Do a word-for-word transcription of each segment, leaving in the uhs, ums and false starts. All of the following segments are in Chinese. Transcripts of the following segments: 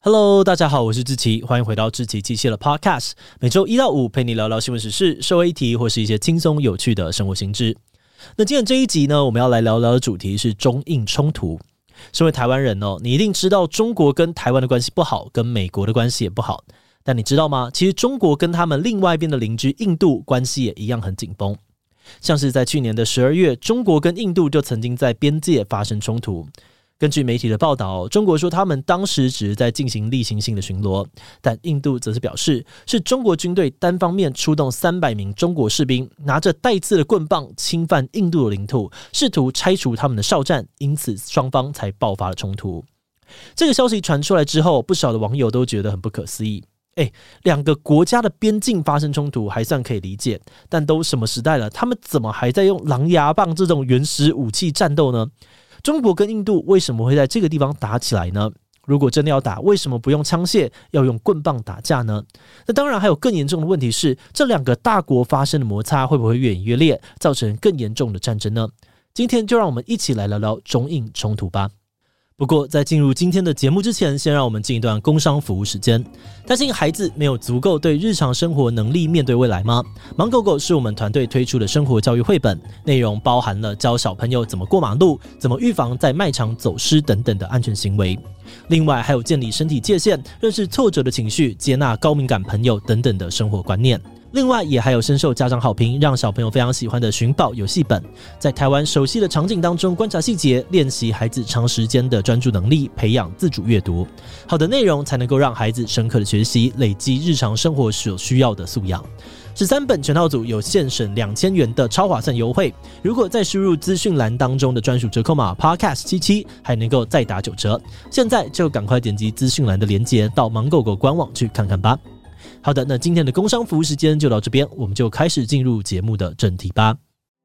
Hello， 大家好，我是志祺，欢迎回到志祺七七的 Podcast， 每周一到五陪你聊聊新闻时事、社会议题或是一些轻松有趣的生活新知。那今天这一集呢，我们要来聊聊的主题是中印冲突。身为台湾人哦，你一定知道中国跟台湾的关系不好，跟美国的关系也不好。但你知道吗？其实中国跟他们另外一边的邻居印度关系也一样很紧绷。像是在去年的十二月，中国跟印度就曾经在边界发生冲突。根据媒体的报道，中国说他们当时只是在进行例行性的巡逻，但印度则是表示是中国军队单方面出动三百名中国士兵，拿着带刺的棍棒侵犯印度的领土，试图拆除他们的哨站，因此双方才爆发了冲突。这个消息传出来之后，不少的网友都觉得很不可思议。诶，两个国家的边境发生冲突还算可以理解，但都什么时代了，他们怎么还在用狼牙棒这种原始武器战斗呢？中国跟印度为什么会在这个地方打起来呢？如果真的要打，为什么不用枪械，要用棍棒打架呢？那当然还有更严重的问题是，这两个大国发生的摩擦会不会越演越烈，造成更严重的战争呢？今天就让我们一起来聊聊中印冲突吧。不过在进入今天的节目之前，先让我们进一段工商服务时间。担心孩子没有足够对日常生活能力面对未来吗？盲狗狗是我们团队推出的生活教育绘本，内容包含了教小朋友怎么过马路、怎么预防在卖场走失等等的安全行为。另外还有建立身体界限、认识挫折的情绪、接纳高敏感朋友等等的生活观念。另外也还有深受家长好评，让小朋友非常喜欢的寻宝游戏本，在台湾熟悉的场景当中观察细节，练习孩子长时间的专注能力，培养自主阅读。好的内容才能够让孩子深刻的学习，累积日常生活所需要的素养。十三本全套组有现省两千元的超划算优惠，如果再输入资讯栏当中的专属折扣码 podcast 七七，还能够再打九折。现在就赶快点击资讯栏的连结，到盲狗狗官网去看看吧。好的，那今天的工商服务时间就到这边，我们就开始进入节目的正题吧。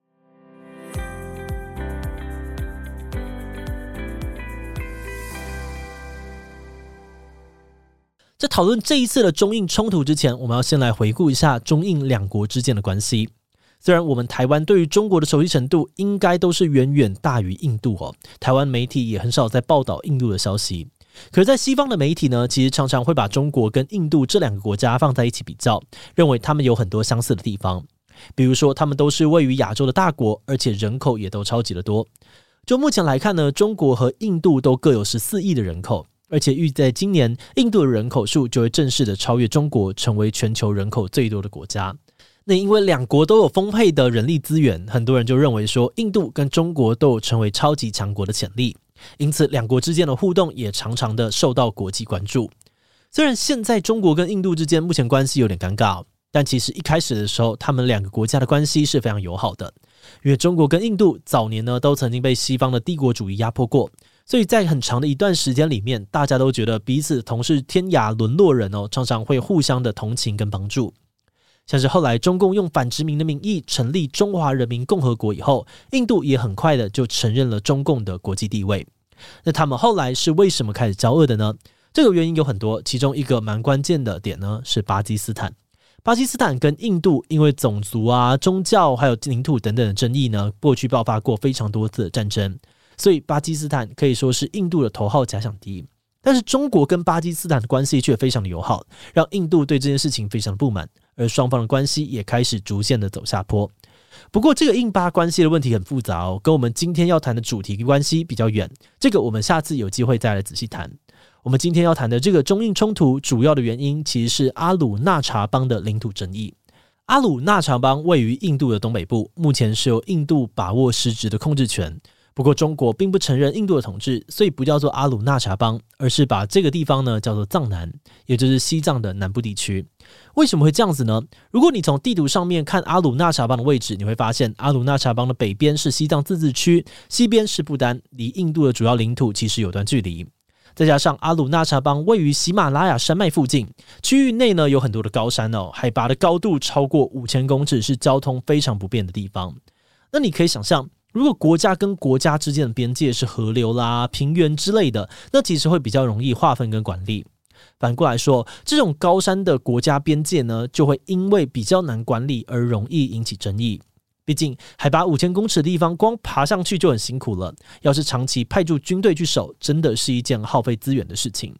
在讨论这一次的中印冲突之前，我们要先来回顾一下中印两国之间的关系。虽然我们台湾对于中国的熟悉程度应该都是远远大于印度哦，台湾媒体也很少在报道印度的消息。可是在西方的媒体呢，其实常常会把中国跟印度这两个国家放在一起比较，认为他们有很多相似的地方。比如说他们都是位于亚洲的大国，而且人口也都超级的多。就目前来看呢，中国和印度都各有十四亿的人口，而且预计在今年印度的人口数就会正式的超越中国，成为全球人口最多的国家。那因为两国都有丰沛的人力资源，很多人就认为说印度跟中国都有成为超级强国的潜力，因此两国之间的互动也常常的受到国际关注。虽然现在中国跟印度之间目前关系有点尴尬，但其实一开始的时候他们两个国家的关系是非常友好的。因为中国跟印度早年呢都曾经被西方的帝国主义压迫过，所以在很长的一段时间里面，大家都觉得彼此同是天涯沦落人哦，常常会互相的同情跟帮助。像是后来中共用反殖民的名义成立中华人民共和国以后，印度也很快的就承认了中共的国际地位。那他们后来是为什么开始交恶的呢？这个原因有很多，其中一个蛮关键的点呢是巴基斯坦。巴基斯坦跟印度因为种族啊、宗教还有领土等等的争议呢，过去爆发过非常多次的战争，所以巴基斯坦可以说是印度的头号假想敌。但是中国跟巴基斯坦的关系却非常的友好，让印度对这件事情非常的不满，而双方的关系也开始逐渐的走下坡。不过这个印巴关系的问题很复杂哦，跟我们今天要谈的主题关系比较远，这个我们下次有机会再来仔细谈。我们今天要谈的这个中印冲突主要的原因其实是阿鲁纳查邦的领土争议。阿鲁纳查邦位于印度的东北部，目前是由印度把握实质的控制权。不过中国并不承认印度的统治，所以不叫做阿鲁纳查邦，而是把这个地方呢叫做藏南，也就是西藏的南部地区。为什么会这样子呢？如果你从地图上面看阿鲁纳查邦的位置，你会发现阿鲁纳查邦的北边是西藏自治区，西边是不丹，离印度的主要领土其实有段距离。再加上阿鲁纳查邦位于喜马拉雅山脉附近，区域内呢有很多的高山哦，海拔的高度超过五千公尺，是交通非常不便的地方。那你可以想象，如果国家跟国家之间的边界是河流啦、平原之类的，那其实会比较容易划分跟管理。反过来说，这种高山的国家边界呢，就会因为比较难管理而容易引起争议。毕竟海拔五千公尺的地方，光爬上去就很辛苦了，要是长期派驻军队去守，真的是一件耗费资源的事情。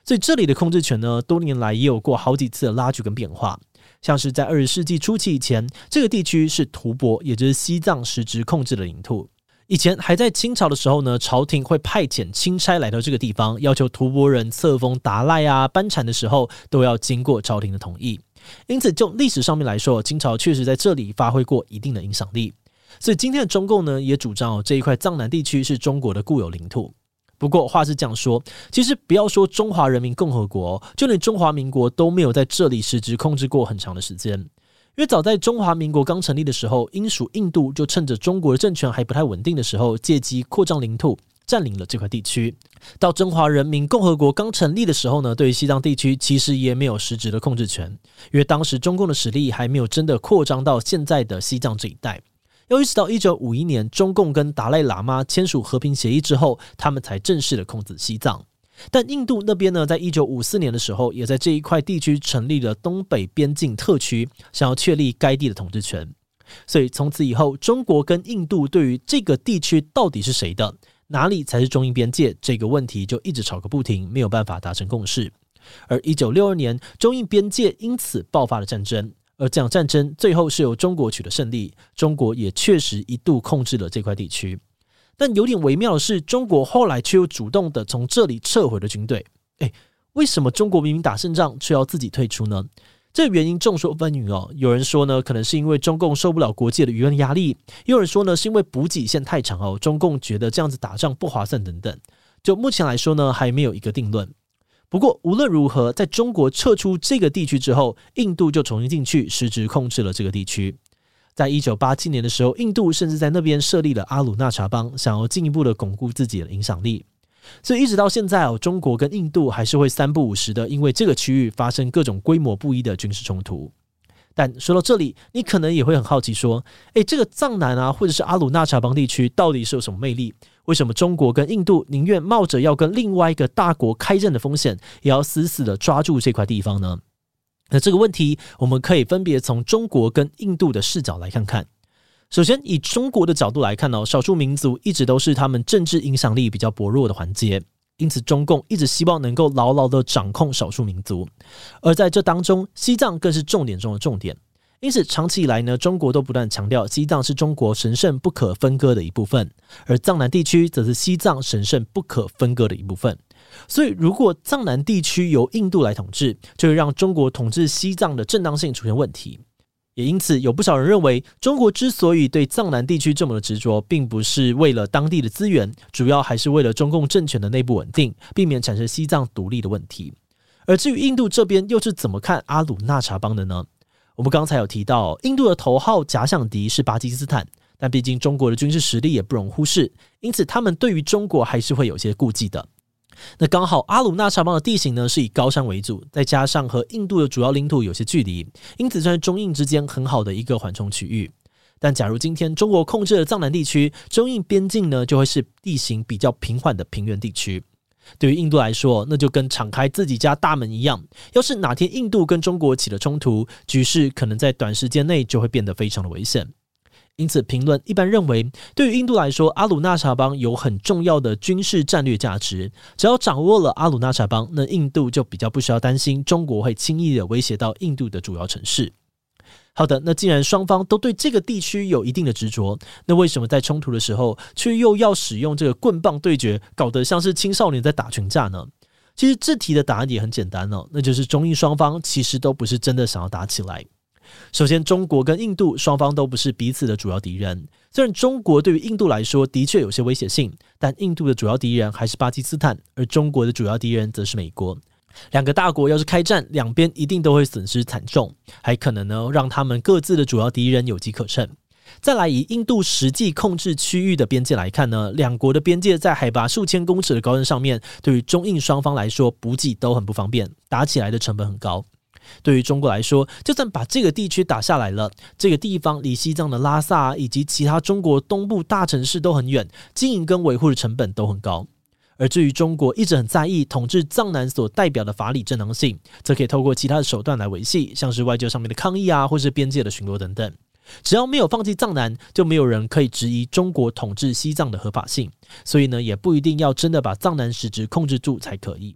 所以这里的控制权呢，多年来也有过好几次的拉锯跟变化。像是在二十世纪初期以前，这个地区是吐蕃，也就是西藏实质控制的领土。以前还在清朝的时候呢，朝廷会派遣钦差来到这个地方，要求吐蕃人册封达赖啊、班禅的时候，都要经过朝廷的同意。因此，就历史上面来说，清朝确实在这里发挥过一定的影响力。所以今天的中共呢，也主张、哦、这一块藏南地区是中国的固有领土。不过话是这样说，其实不要说中华人民共和国、哦、就连中华民国都没有在这里实质控制过很长的时间。因为早在中华民国刚成立的时候，英属印度就趁着中国的政权还不太稳定的时候，借机扩张领土，占领了这块地区。到中华人民共和国刚成立的时候呢，对于西藏地区其实也没有实质的控制权，因为当时中共的实力还没有真的扩张到现在的西藏这一带。要一直到一九五一年，中共跟达赖喇嘛签署和平协议之后，他们才正式的控制西藏。但印度那边呢，在一九五四年的时候，也在这一块地区成立了东北边境特区，想要确立该地的统治权。所以从此以后，中国跟印度对于这个地区到底是谁的，哪里才是中印边界这个问题就一直吵个不停，没有办法达成共识。而一九六二年，中印边界因此爆发了战争，而这场战争最后是由中国取得胜利，中国也确实一度控制了这块地区。但有点微妙的是，中国后来却又主动的从这里撤回了军队。诶，为什么中国明明打胜仗却要自己退出呢？这个原因众说纷纭哦。有人说呢，可能是因为中共受不了国际的舆论压力；也有人说呢，是因为补给线太长哦，中共觉得这样子打仗不划算等等。就目前来说呢，还没有一个定论。不过无论如何，在中国撤出这个地区之后，印度就重新进去，实质控制了这个地区。在一九八七年的时候，印度甚至在那边设立了阿鲁纳查邦，想要进一步的巩固自己的影响力。所以一直到现在、哦、中国跟印度还是会三不五时的因为这个区域发生各种规模不一的军事冲突。但说到这里，你可能也会很好奇说，诶，这个藏南啊，或者是阿鲁纳查邦地区到底是有什么魅力？为什么中国跟印度宁愿冒着要跟另外一个大国开战的风险，也要死死的抓住这块地方呢？那这个问题我们可以分别从中国跟印度的视角来看看。首先以中国的角度来看、哦、少数民族一直都是他们政治影响力比较薄弱的环节，因此中共一直希望能够牢牢的掌控少数民族。而在这当中，西藏更是重点中的重点。因此长期以来呢，中国都不断强调西藏是中国神圣不可分割的一部分，而藏南地区则是西藏神圣不可分割的一部分。所以如果藏南地区由印度来统治，就会让中国统治西藏的正当性出现问题。也因此有不少人认为，中国之所以对藏南地区这么的执着，并不是为了当地的资源，主要还是为了中共政权的内部稳定，避免产生西藏独立的问题。而至于印度这边又是怎么看阿鲁纳查邦的呢？我们刚才有提到，印度的头号假想敌是巴基斯坦，但毕竟中国的军事实力也不容忽视，因此他们对于中国还是会有些顾忌的。那刚好阿鲁纳查邦的地形呢是以高山为主，再加上和印度的主要领土有些距离，因此算是中印之间很好的一个缓冲区域。但假如今天中国控制了藏南地区，中印边境呢就会是地形比较平缓的平原地区。对于印度来说，那就跟敞开自己家大门一样，要是哪天印度跟中国起了冲突，局势可能在短时间内就会变得非常的危险。因此评论一般认为，对于印度来说，阿鲁纳查邦有很重要的军事战略价值，只要掌握了阿鲁纳查邦，那印度就比较不需要担心中国会轻易的威胁到印度的主要城市。好的，那既然双方都对这个地区有一定的执着，那为什么在冲突的时候却又要使用这个棍棒对决，搞得像是青少年在打群架呢？其实这题的答案也很简单哦，那就是中印双方其实都不是真的想要打起来。首先，中国跟印度双方都不是彼此的主要敌人。虽然中国对于印度来说的确有些威胁性，但印度的主要敌人还是巴基斯坦，而中国的主要敌人则是美国。两个大国要是开战，两边一定都会损失惨重，还可能呢让他们各自的主要敌人有机可乘。再来以印度实际控制区域的边界来看呢，两国的边界在海拔数千公尺的高山上面，对于中印双方来说补给都很不方便，打起来的成本很高。对于中国来说，就算把这个地区打下来了，这个地方离西藏的拉萨以及其他中国东部大城市都很远，经营跟维护的成本都很高。而至于中国一直很在意统治藏南所代表的法理正当性，则可以透过其他的手段来维系，像是外交上面的抗议啊，或是边界的巡逻等等。只要没有放弃藏南，就没有人可以质疑中国统治西藏的合法性，所以呢，也不一定要真的把藏南实质控制住才可以。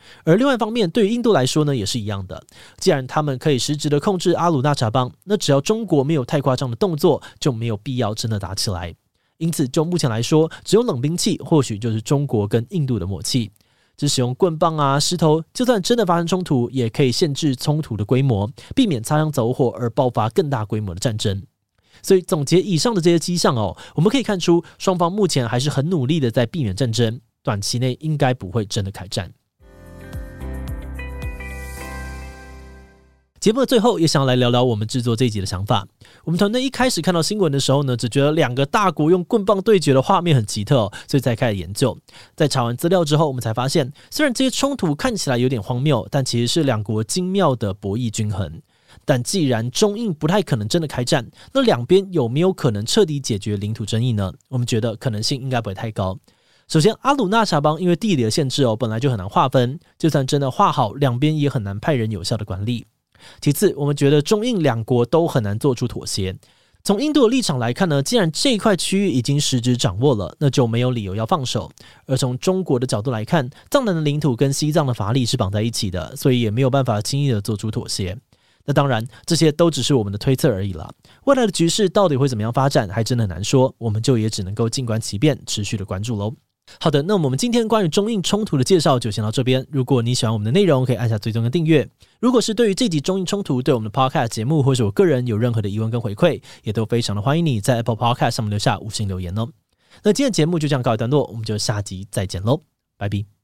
而另外一方面，对于印度来说呢，也是一样的。既然他们可以实质的控制阿鲁纳查邦，那只要中国没有太夸张的动作，就没有必要真的打起来。因此，就目前来说，只有冷兵器或许就是中国跟印度的默契。只使用棍棒啊、石头，就算真的发生冲突，也可以限制冲突的规模，避免擦枪走火而爆发更大规模的战争。所以总结以上的这些迹象哦，我们可以看出，双方目前还是很努力的在避免战争，短期内应该不会真的开战。节目的最后也想要来聊聊我们制作这一集的想法。我们团队一开始看到新闻的时候呢，只觉得两个大国用棍棒对决的画面很奇特哦，所以才开始研究。在查完资料之后，我们才发现，虽然这些冲突看起来有点荒谬，但其实是两国精妙的博弈均衡。但既然中印不太可能真的开战，那两边有没有可能彻底解决领土争议呢？我们觉得可能性应该不会太高。首先，阿鲁纳查邦因为地理的限制哦，本来就很难划分，就算真的划好，两边也很难派人有效的管理。其次，我们觉得中印两国都很难做出妥协。从印度的立场来看呢，既然这一块区域已经实质掌握了，那就没有理由要放手。而从中国的角度来看，藏南的领土跟西藏的法理是绑在一起的，所以也没有办法轻易的做出妥协。那当然，这些都只是我们的推测而已啦。未来的局势到底会怎么样发展，还真的很难说，我们就也只能够静观其变，持续的关注咯。好的，那我们今天关于中印冲突的介绍就先到这边。如果你喜欢我们的内容，可以按下追踪跟订阅。如果是对于这集中印冲突对我们的 Podcast 节目或是我个人有任何的疑问跟回馈，也都非常的欢迎你在 Apple Podcast 上面留下五星留言哦。那今天的节目就这样告一段落，我们就下集再见咯，拜拜。